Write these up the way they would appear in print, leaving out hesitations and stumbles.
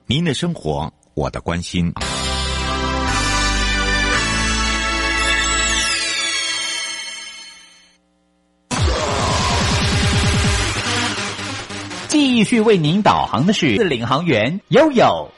您的生活，我的关心。 继续为您导航的是领航员悠悠。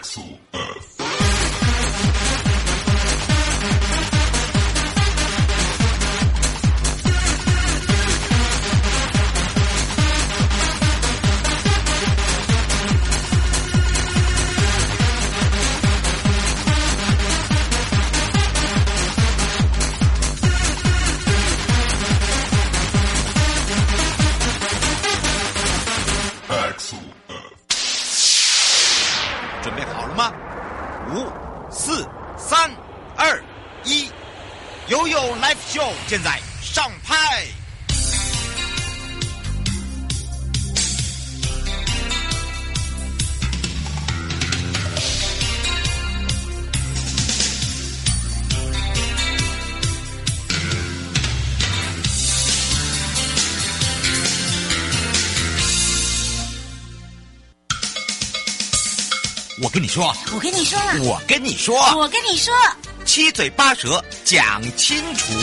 准备好了吗？5、4、3、2、1，悠悠 Live Show 现在上拍。我跟你说， 我跟你说了， 我跟你说， 我跟你说， 七嘴八舌讲清楚。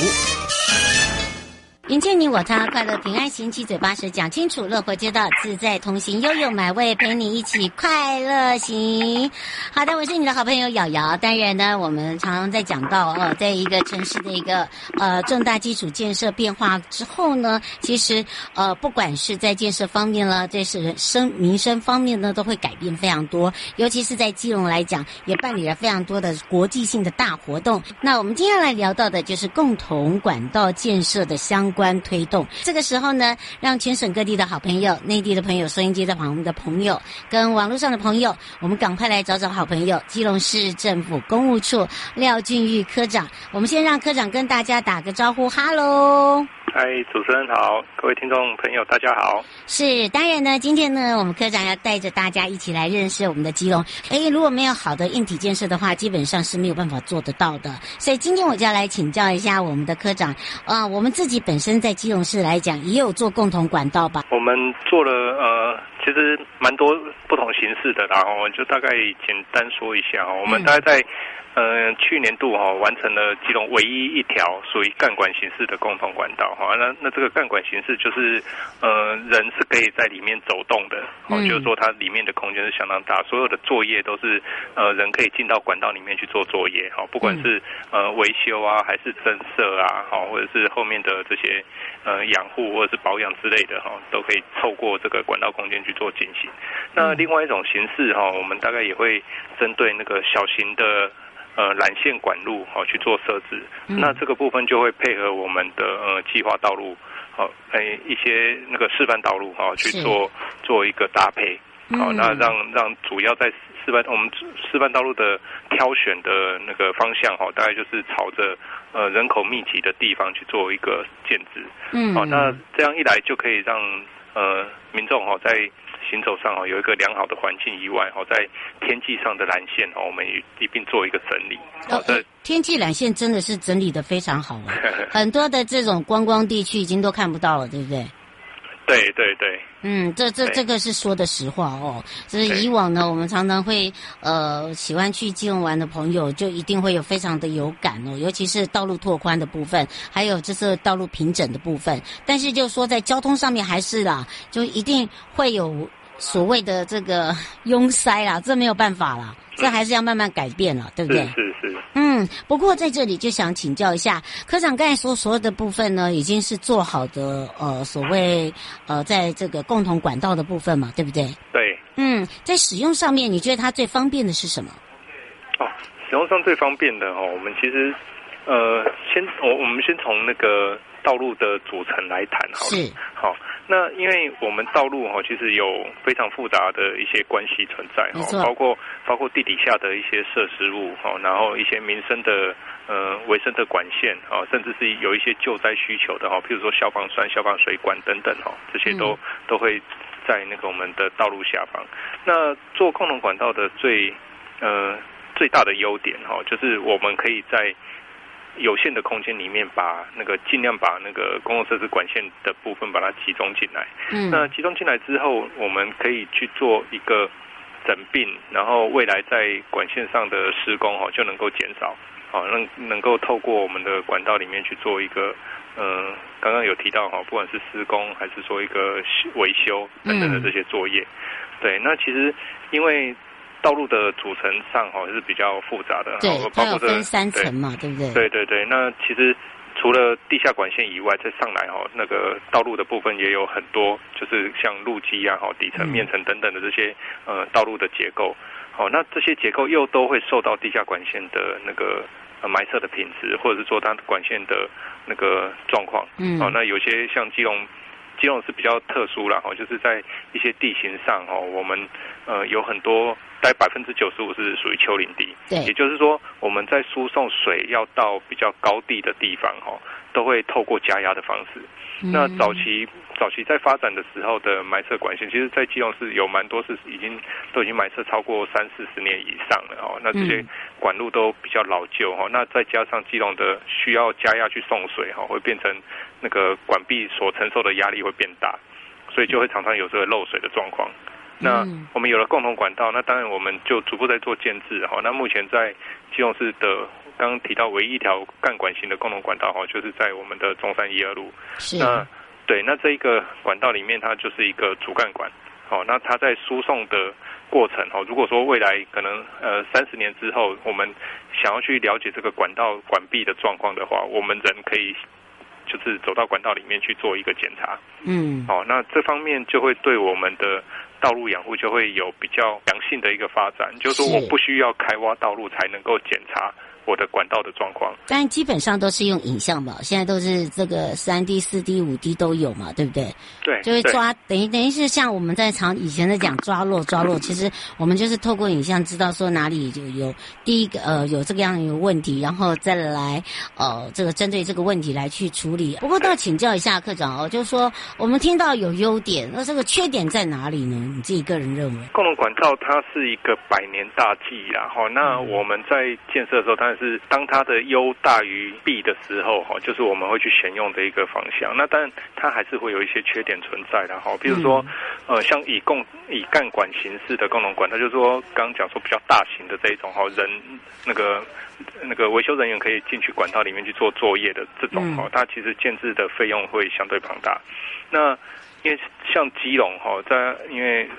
迎接你我他，快乐平安行，七嘴八舌讲清楚，乐活街道自在同行，悠悠买位陪你一起快乐行。好的，我是你的好朋友瑶瑶。当然呢，我们常常在讲到在一个城市的一个重大基础建设变化之后呢，其实不管是在建设方面了，这是民生方面呢，都会改变非常多。尤其是在基隆来讲，也办理了非常多的国际性的大活动。那我们今天来聊到的就是共同管道建设的相关推动。这个时候呢，让全省各地的好朋友、内地的朋友、收音机在旁的朋友跟网络上的朋友，我们赶快来找找好朋友基隆市政府公务处廖俊玉科长。我们先让科长跟大家打个招呼，哈喽。 嗨，主持人好，各位听众朋友大家好。 是，当然呢，今天呢，我们科长要带着大家一起来认识我们的基隆。如果没有好的硬体建设的话，基本上是没有办法做得到的。所以今天我就要来请教一下我们的科长。我们自己本身在基隆市来讲，也有做共同管道吧？ 我们做了其实蛮多不同形式的啦，我就大概简单说一下。我们大概在去年度完成了基隆唯一一条属于干管形式的共同管道。那这个干管形式就是人是可以在里面走动的，就是说它里面的空间是相当大，所有的作业都是人可以进到管道里面去做作业，不管是维修啊，还是增设啊，或者是后面的这些养护或者是保养之类的，都可以透过这个管道空间去做进行。那另外一种形式我们大概也会针对那个小型的缆线管路去做设置。那这个部分就会配合我们的计划道路一些那个示范道路去做一个搭配。那让主要在我们示范道路的挑选的那个方向大概就是朝着人口密集的地方去做一个建制。那这样一来就可以让民众在行走上有一个良好的环境以外，在天际上的缆线我们一并做一个整理。 天际缆线真的是整理得非常好很多的这种观光地区已经都看不到了，对不对？ 对对对。 这个是说的实话就是以往呢，我们常常会喜欢去基隆玩的朋友，就一定会有非常的有感尤其是道路拓宽的部分，还有就是道路平整的部分。但是就说在交通上面还是啦，就一定会有所谓的这个拥塞啦，这没有办法啦，这还是要慢慢改变了，对不对？ 是。 不过在这里就想请教一下科长，刚才说所有的部分呢，已经是做好的所谓在这个共同管道的部分嘛，对不对？ 对。 在使用上面，你觉得它最方便的是什么？ 使用上最方便的我们其实我们先从那个道路的组成来谈好了。 是。 好，那因为我们道路其实有非常复杂的一些关系存在，包括地底下的一些设施物，然后一些民生的维生的管线，甚至是有一些救灾需求的，譬如说消防栓、消防水管等等，这些都会在那个我们的道路下方。那做共同管道的最大的优点就是我们可以在有限的空间里面尽量把那个公共设施管线的部分把它集中进来。那集中进来之后，我们可以去做一个整并，然后未来在管线上的施工就能够减少，能够透过我们的管道里面去做一个刚刚有提到不管是施工还是说一个维修等等的这些作业。对，那其实因为道路的组成上是比较复杂的， 对， 包括它有分3层嘛，对不对？ 对对对，那其实除了地下管线以外，再上来那个道路的部分也有很多，就是像路基啊、底层、面层等等的这些道路的结构。那这些结构又都会受到地下管线的那个埋设的品质，或者是说它管线的那个状况。那有些像基隆是比较特殊啦，就是在一些地形上我们有很多大概95%是属于丘陵地，也就是说我们在输送水要到比较高地的地方都会透过加压的方式。那早期在发展的时候的埋设管线，其实在基隆市有蛮多是都已经埋设超过30-40年以上了那这些管路都比较老旧那再加上基隆的需要加压去送水会变成那个管壁所承受的压力会变大，所以就会常常有这个漏水的状况。那我们有了共同管道，那当然我们就逐步在做建制那目前在基隆市的刚刚提到唯一一条干管型的共同管道就是在我们的中山1、2路。那这一个管道里面它就是一个主干管那它在输送的过程如果说未来可能30年之后我们想要去了解这个管道管壁的状况的话，我们人可以就是走到管道里面去做一个检查。那这方面就会对我们的道路养护就会有比较良性的一个发展，就是说我不需要开挖道路才能够检查我的管道的状况。 但基本上都是用影像嘛，现在都是这个3D、4D、5D 都有嘛，对不对？ 对， 就会抓，等于是像我们在以前在讲抓漏，其实我们就是透过影像知道说哪里有第一个有这个样一个问题，然后再来这个针对这个问题来去处理。不过倒请教一下科长就是说我们听到有优点，那这个缺点在哪里呢？你自己个人认为？ 共同管道它是一个100年大计啦，那我们在建设的时候，当然是当它的优大于弊的时候就是我们会去选用的一个方向。那当然它还是会有一些缺点存在的比如说像以干管形式的共同管道，就是说刚刚讲说比较大型的这一种人那个维修人员可以进去管道里面去做作业的这种它其实建制的费用会相对庞大。那因为像基隆因为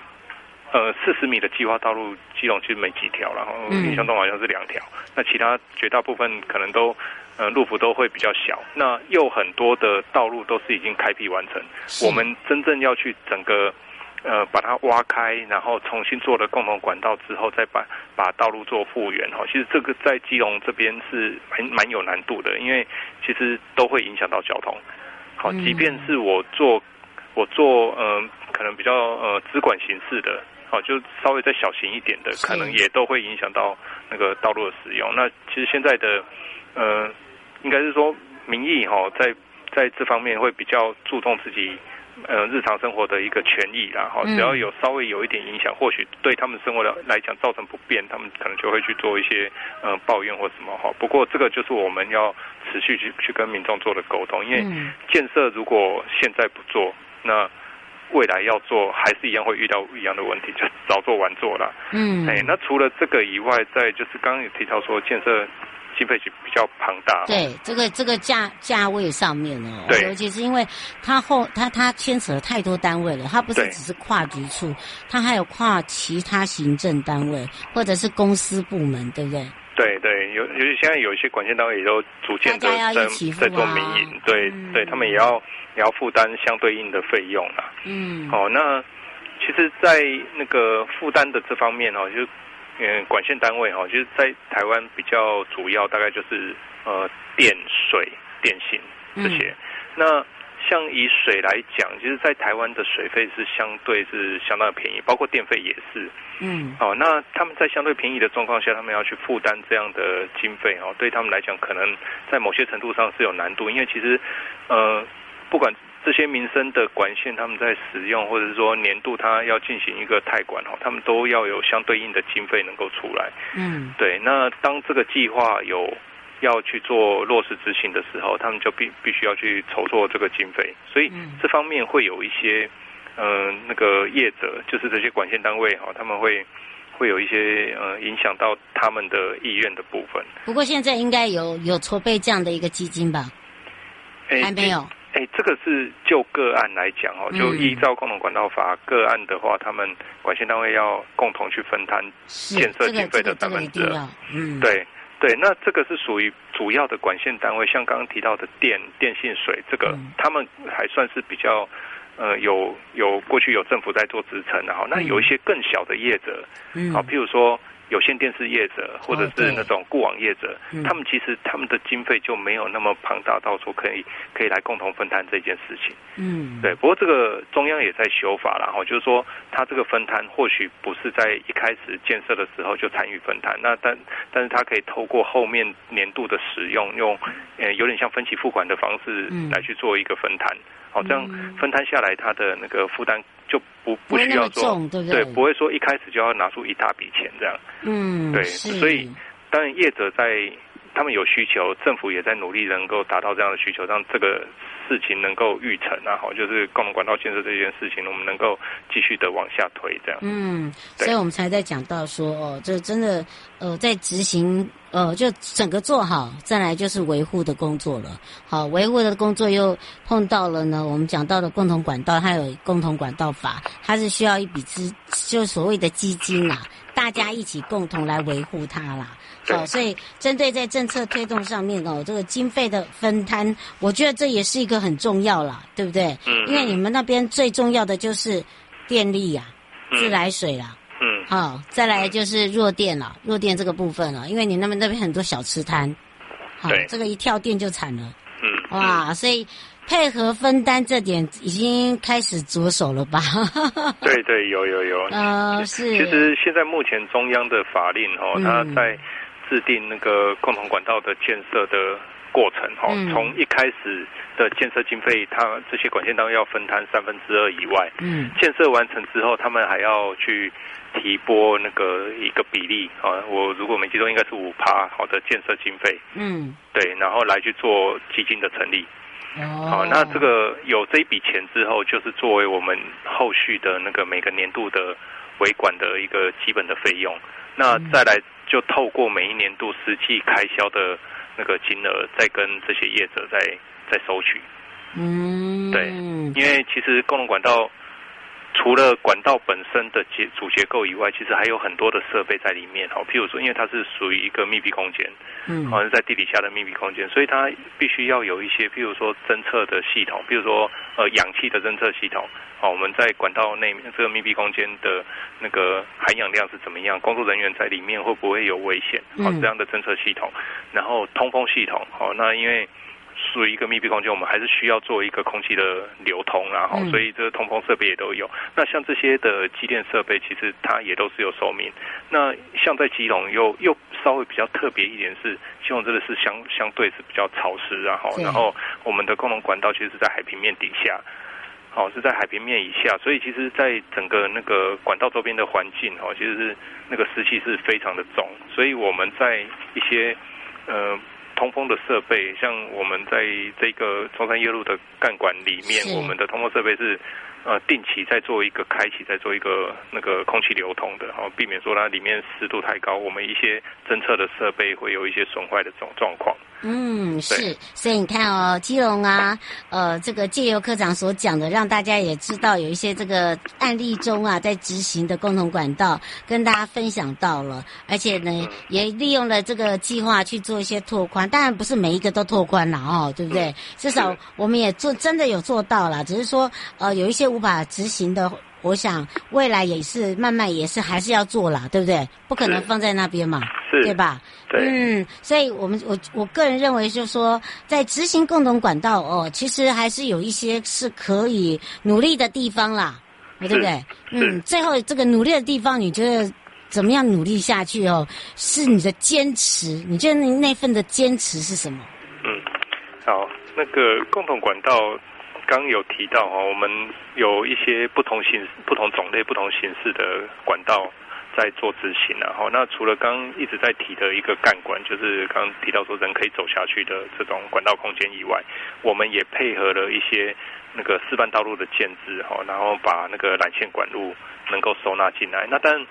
40米的计划道路，基隆其实没几条，然后印象中好像是2条，那其他绝大部分可能都路幅都会比较小，那又很多的道路都是已经开辟完成，我们真正要去整个把它挖开，然后重新做了共同管道之后，再把道路做复原其实这个在基隆这边是蛮有难度的，因为其实都会影响到交通。即便是我做可能比较资管形式的就稍微再小型一点的，可能也都会影响到那个道路的使用。那其实现在的应该是说民意在这方面会比较注重自己日常生活的一个权益啦只要有稍微有一点影响，或许对他们生活来讲造成不便，他们可能就会去做一些抱怨或什么不过这个就是我们要持续去跟民众做的沟通，因为建设如果现在不做，那未来要做还是一样会遇到一样的问题，就早做晚做啦。那除了这个以外，再就是刚刚有提到说建设经费比较庞大。 对，这个价位上面对， 尤其是因为它牵扯了太多单位了，它不是只是跨局处，它还有跨其他行政单位或者是公司部门，对不对？ 对，尤其现在有一些管线单位也都逐渐的在做民营，对，他们也要负担相对应的费用啦。那其实，在那个负担的这方面就管线单位就是在台湾比较主要大概就是电、水、电信这些。那像以水来讲，其实在台湾的水费是相当的便宜，包括电费也是。那他们在相对便宜的状况下，他们要去负担这样的经费对他们来讲，可能在某些程度上是有难度，因为其实不管这些民生的管线，他们在使用或者是说年度他要进行一个汰管他们都要有相对应的经费能够出来。对，那当这个计划要去做落实执行的时候，他们就必须要去筹措这个经费，所以这方面会有一些那个业者，就是这些管线单位他们会会有一些影响到他们的意愿的部分。 不过现在应该有筹备这样的一个基金吧？还没有。 这个是就个案来讲就依照共同管道法，个案的话，他们管线单位要共同去分摊建设经费的2%。对，那这个是属于主要的管线单位，像刚刚提到的电信水，这个他们还算是比较有过去有政府在做支撑的那有一些更小的业者，譬如说有线电视业者或者是那种固网业者，他们其实他们的经费就没有那么庞大到说可以来共同分摊这件事情。对。不过这个中央也在修法啦，就是说他这个分摊或许不是在一开始建设的时候就参与分摊，那但是他可以透过后面年度的使用，用有点像分期付款的方式来去做一个分摊。这样分摊下来，他的那个负担就不需要做，对，不会说一开始就要拿出一大笔钱这样。对，所以当然业者他们有需求，政府也在努力能够达到这样的需求，让这个事情能够预成就是共同管道建设这件事情，我们能够继续的往下推这样。 所以我们才在讲到说这真的在执行就整个做好，再来就是维护的工作了。好，维护的工作又碰到了呢，我们讲到的共同管道，它有共同管道法，它是需要一笔就所谓的基金啦，大家一起共同来维护它啦。好，所以针对在政策推动上面这个经费的分摊，我觉得这也是一个很重要啦，对不对？因为你们那边最重要的就是电力啊，自来水啦。好，再来就是弱电这个部分了，因为你那边很多小吃摊，好，这个一跳电就惨了。哇，所以配合分担这点已经开始着手了吧？ 对，有。 是。 其实现在目前中央的法令它在制定那个共同管道的建设的过程从一开始的建设经费，它这些管线单位要分摊2/3以外，建设完成之后，他们还要去提拨那个一个比例我如果没记错，应该是5%的建设经费。对，然后来去做基金的成立。那这个有这一笔钱之后，就是作为我们后续的那个每个年度的维管的一个基本的费用。那再来就透过每一年度实际开销的那个金额，再跟这些业者再收取。对，因为其实共同管道除了管道本身的主结构以外，其实还有很多的设备在里面譬如说，因为它是属于一个密闭空间，是在地底下的密闭空间，所以它必须要有一些，譬如说侦测的系统，譬如说氧气的侦测系统。我们在管道内面这个密闭空间的那个含氧量是怎么样？工作人员在里面会不会有危险？这样的侦测系统，然后通风系统。那因为属于一个密闭空间，我们还是需要做一个空气的流通所以这个通风设备也都有。那像这些的机电设备，其实它也都是有寿命。那像在基隆又稍微比较特别一点是，基隆真的是相对是比较潮湿然后我们的共同管道其实是在海平面底下。是在海平面以下，所以其实在整个那个管道周边的环境其实是那个湿气是非常的重，所以我们在一些通风的设备，像我们在这个中山夜路的干管里面，我们的通风设备是定期在做一个开启，在做一个那个空气流通的避免说它里面湿度太高，我们一些侦测的设备会有一些损坏的这种状况。 是，所以你看基隆这个介由科长所讲的，让大家也知道有一些这个案例中在执行的共同管道跟大家分享到了，而且呢也利用了这个计划去做一些拓宽，当然不是每一个都拓宽了对不对？至少我们也真的有做到了，只是说有一些无法执行的，我想未来也是慢慢也是还是要做啦，对不对？不可能放在那边嘛，对吧？ 对。 所以我个人认为就是说，在执行共同管道其实还是有一些是可以努力的地方啦，对不对？最后这个努力的地方，你觉得怎么样努力下去是你的坚持，你觉得你那份的坚持是什么？ 好，那个共同管道刚有提到我们有一些不同种类、不同形式的管道在做执行那除了刚一直在提的一个干管，就是刚提到说人可以走下去的这种管道空间以外，我们也配合了一些那个示范道路的建制然后把那个缆线管路能够收纳进来。那当然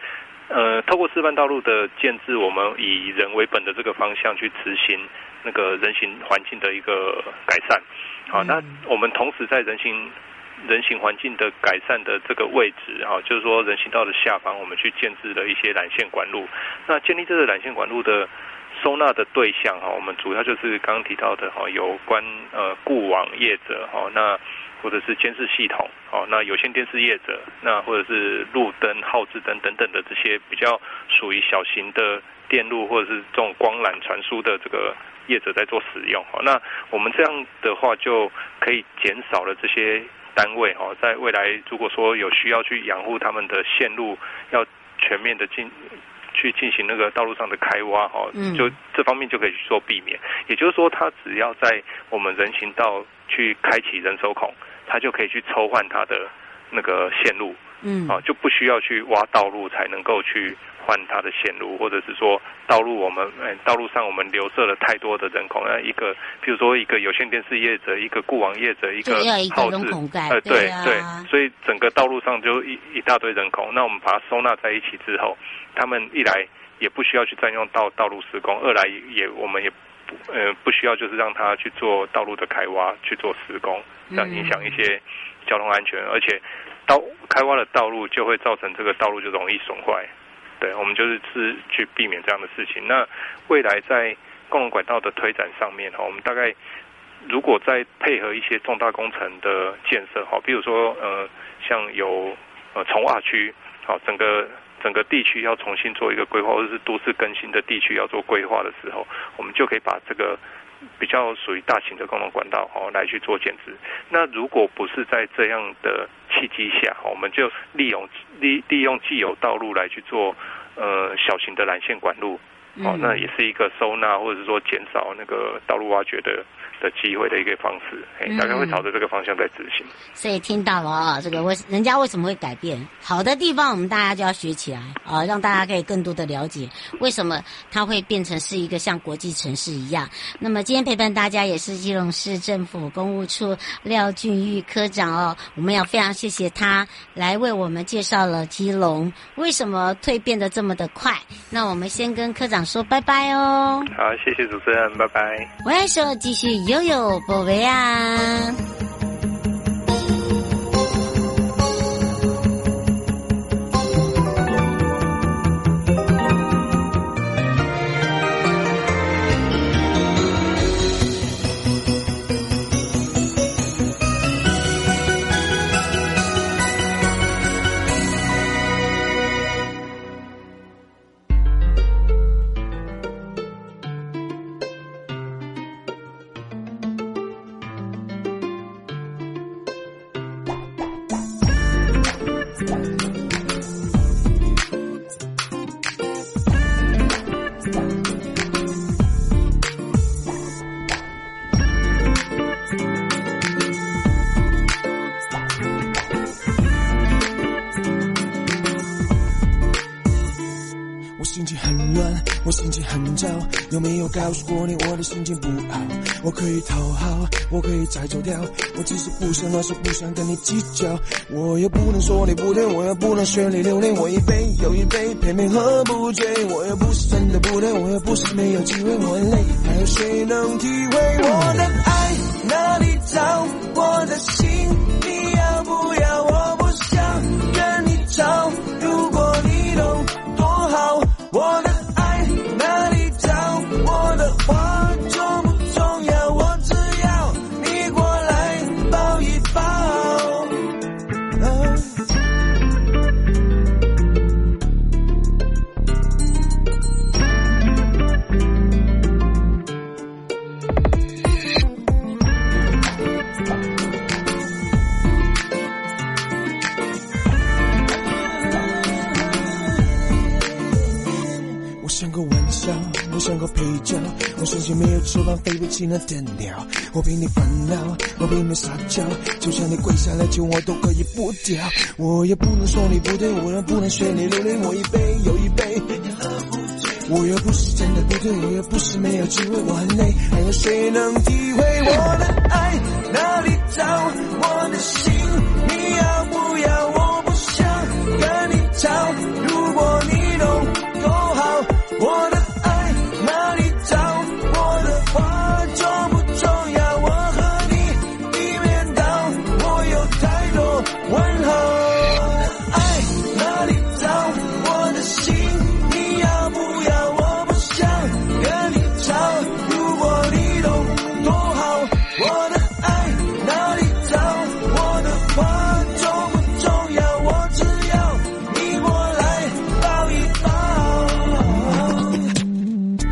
透过示范道路的建制，我们以人为本的这个方向去执行那个人行环境的一个改善。好，那我们同时在人行环境的改善的这个位置啊，就是说人行道的下方，我们去建置了一些缆线管路。那建立这个缆线管路的收纳的对象哈，我们主要就是刚刚提到的哈，有关固网业者哈，那或者是监视系统哦，那有线电视业者，那或者是路灯、号志灯等等的这些比较属于小型的电路或者是这种光缆传输的这个业者在做使用哦。那我们这样的话就可以减少了这些单位哦，在未来如果说有需要去养护他们的线路，要全面的去进行那个道路上的开挖哈，就这方面就可以去做避免。也就是说，它只要在我们人行道去开启人手孔，它就可以去抽换它的那个线路，就不需要去挖道路才能够去换它的线路，或者是说道路上我们留设了太多的人孔，一个比如说一个有线电视业者，一个固网业者，一个号志，对，所以整个道路上就一大堆人孔。那我们把它收纳在一起之后，他们一来也不需要去占用道路施工，二来我们也不需要就是让他去做道路的开挖去做施工，这样影响一些交通安全，而且开挖的道路就会造成这个道路就容易损坏。对，我们就是去避免这样的事情。那未来在共同管道的推展上面，我们大概如果再配合一些重大工程的建设，比如说像有重划区，整个地区要重新做一个规划，或者是都市更新的地区要做规划的时候，我们就可以把这个比较属于大型的共同管道来去做建制。那如果不是在这样的契机下，我们就利用既有道路来去做小型的缆线管路，那也是一个收纳或者是说减少那个道路挖掘的机会的一个方式，大概会朝着这个方向在执行。 所以听到了这个人家为什么会改变？好的地方我们大家就要学起来让大家可以更多的了解为什么它会变成是一个像国际城市一样。那么今天陪伴大家也是基隆市政府公务处廖俊玉科长我们要非常谢谢他来为我们介绍了基隆为什么蜕变得这么的快。那我们先跟科长说拜拜哦。 好，谢谢主持人，拜拜。 我来说继续悠悠宝贝啊。 我心情很糟，有没有告诉过你我的心情不好？我可以讨好，我可以再走掉，我只是不想说不想跟你计较。我又不能说你不对，我又不能学你流泪，我一杯又一杯偏偏喝不醉。我又不是真的不对，我又不是没有机会，我很累，还有谁能体会我的爱哪里找？我的心你要不要？我不想跟你吵，如果你懂多好。我的爱哪里找？我的话重不重要？我只要你过来抱一抱。我像个玩笑，我像个配角，我身心没有翅膀飞不起那的鸟。我比你烦恼，我比你撒娇，就像你跪下来求我都可以不掉。我也不能说你不对，我也不能学你流泪，我一杯又一杯我又不是真的不对，我又不是没有机会，我很累，还有谁能体会我的爱哪里找？我的心你要不要？我不想跟你吵，如果你懂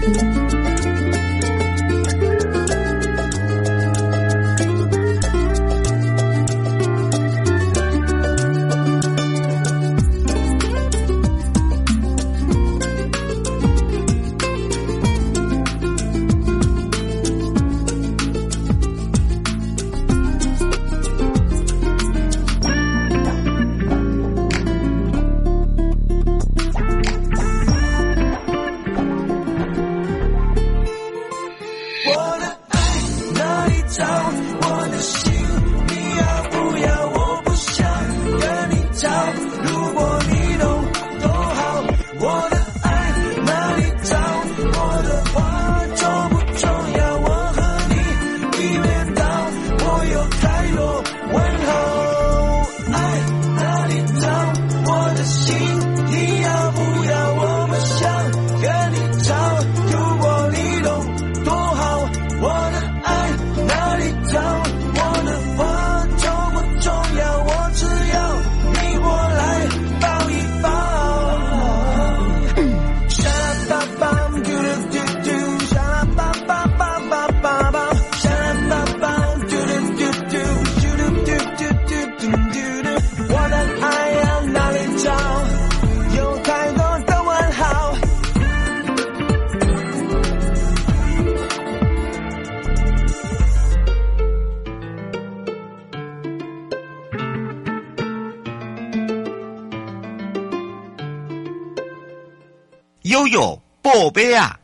悠悠宝贝啊！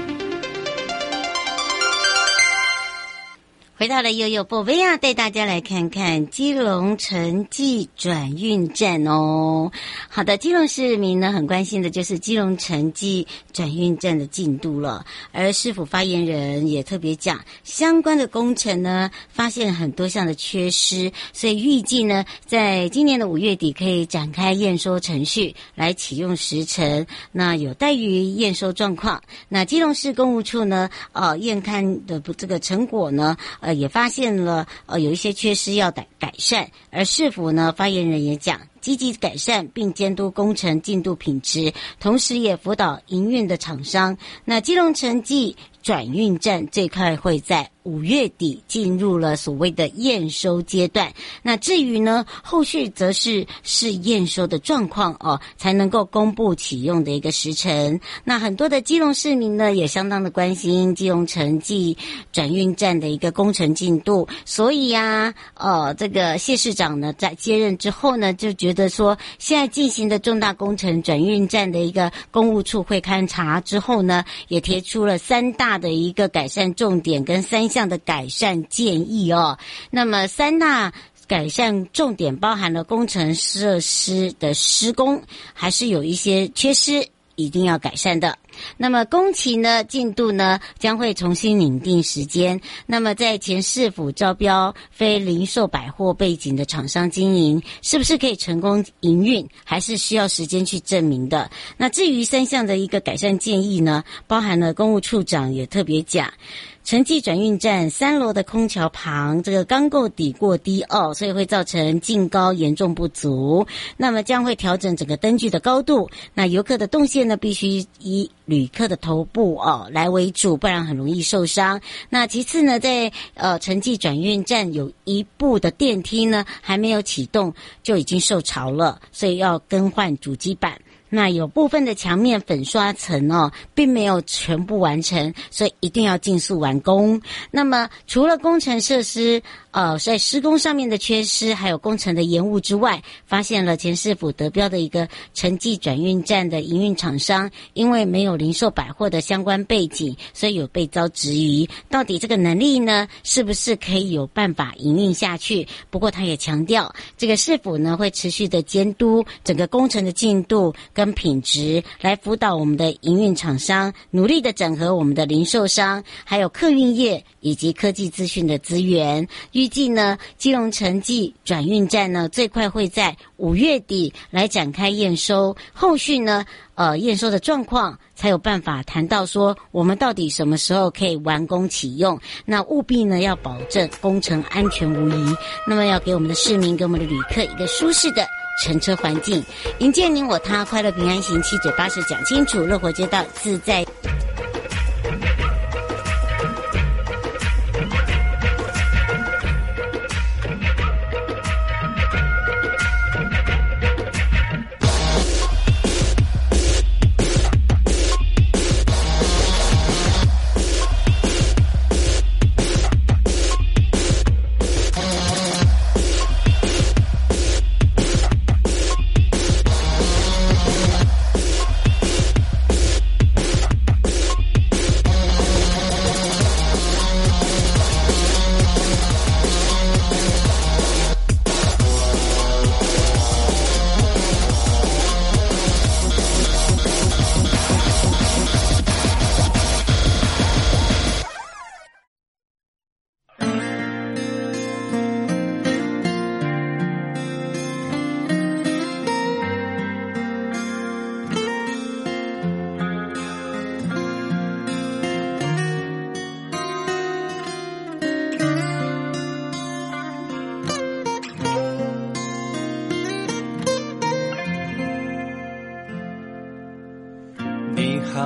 回到了悠悠宝贝啊，带大家来看看基隆城际转运站哦。好的，基隆市民呢很关心的就是基隆城际转运站的进度了，而市府发言人也特别讲，相关的工程呢发现很多项的缺失，所以预计呢在今年的5月底可以展开验收程序，来启用时程，那有待于验收状况。那基隆市公务处呢验看的这个成果呢也发现了有一些缺失要改善，而市府呢发言人也讲，积极改善并监督工程进度品质，同时也辅导营运的厂商。那基隆城际转运站这块会在5月底进入了所谓的验收阶段。那至于呢后续则是验收的状况才能够公布启用的一个时程。那很多的基隆市民呢也相当的关心基隆城际转运站的一个工程进度，所以这个谢市长呢在接任之后呢就觉得说，现在进行的重大工程转运站的一个公务处会勘察之后呢，也提出了3大的一个改善重点跟3项的改善建议那么3大改善重点包含了工程设施的施工还是有一些缺失，一定要改善的。那么工期呢进度呢将会重新拟定时间。那么在前市府招标非零售百货背景的厂商经营，是不是可以成功营运，还是需要时间去证明的。那至于3项的一个改善建议呢，包含了公务处长也特别讲，城际转运站3楼的空桥旁这个钢构底过低所以会造成净高严重不足。那么将会调整整个灯具的高度，那游客的动线呢必须以旅客的头部来为主，不然很容易受伤。那其次呢，在城际转运站有一部的电梯呢还没有启动就已经受潮了，所以要更换主机板。那有部分的墙面粉刷层并没有全部完成，所以一定要尽速完工。那么除了工程设施在施工上面的缺失，还有工程的延误之外，发现了前市府得标的一个城际转运站的营运厂商，因为没有零售百货的相关背景，所以有被遭质疑，到底这个能力呢是不是可以有办法营运下去。不过他也强调，这个市府呢会持续的监督整个工程的进度跟品质，来辅导我们的营运厂商，努力的整合我们的零售商还有客运业以及科技资讯的资源。预计呢基隆城际转运站呢最快会在5月底来展开验收，后续呢验收的状况才有办法谈到说我们到底什么时候可以完工启用。那务必呢要保证工程安全无虞，那么要给我们的市民给我们的旅客一个舒适的乘车环境，迎接你我他，快乐平安行，七嘴八舌讲清楚，乐活街道自在。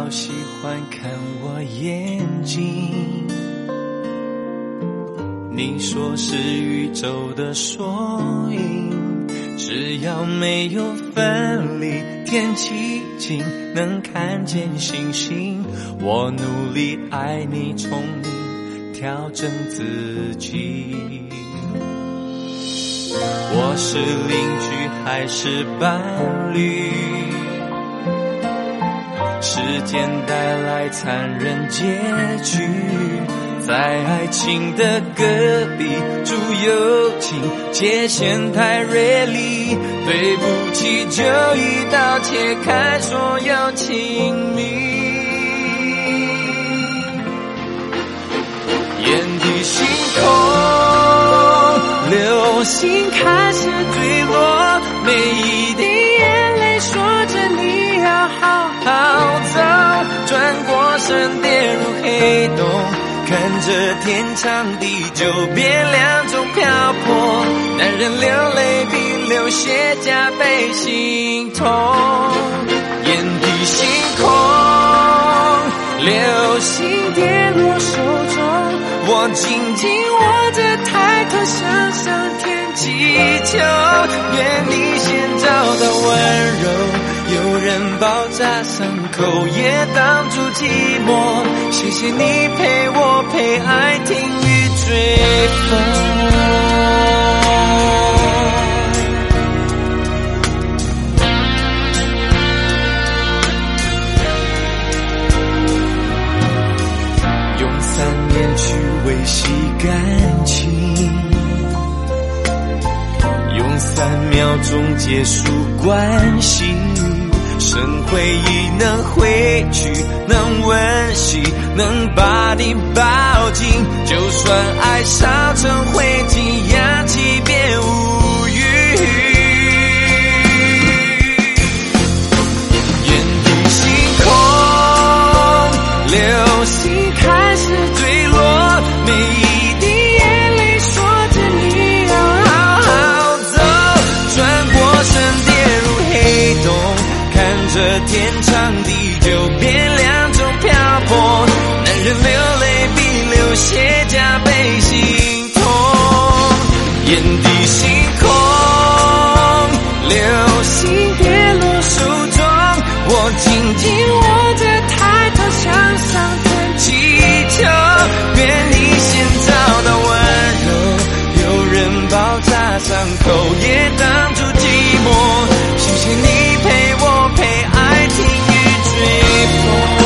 好喜欢看我眼睛，你说是宇宙的缩影，只要没有分离，天气晴，能看见星星。我努力爱你，聪明调整自己。我是邻居还是伴侣？时间带来残忍结局，在爱情的隔壁住友情，界限太锐利，对不起就一刀切开所有亲密。眼底星空，流星开始坠落，每一滴眼泪说着你要好好走，转过身跌入黑洞，看着天长地久变两种漂泊，男人流泪比流血加倍心痛。眼底星空，流星跌落手中，我紧紧握着抬头向上天祈求，愿你先找到温柔，有人包扎伤口也挡住寂寞，谢谢你陪我陪爱听雨追风。用3年去维系感情，用3秒钟结束关系，剩回忆能回去，能温习，能把你抱紧，就算爱烧成灰烬，氧气变无语。眼底星空，流星开始坠落，每一滴眼泪说着你要好好走，转过身跌入黑洞，看着天长地久变两种漂泊，男人流泪比流血加倍心痛。眼底星空，流星跌落手中，我紧紧握着抬头向上天祈求，愿你先找到温柔，有人包扎伤口也挡住寂寞，谢谢你陪我陪爱听雨追风。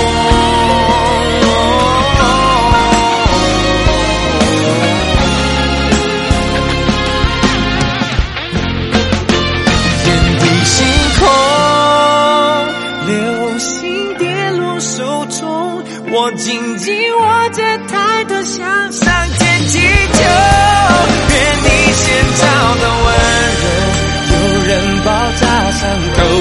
眼底星空，流星跌落手中，我紧紧握着抬头向上天祈求，愿你先找到温柔，有人包扎伤口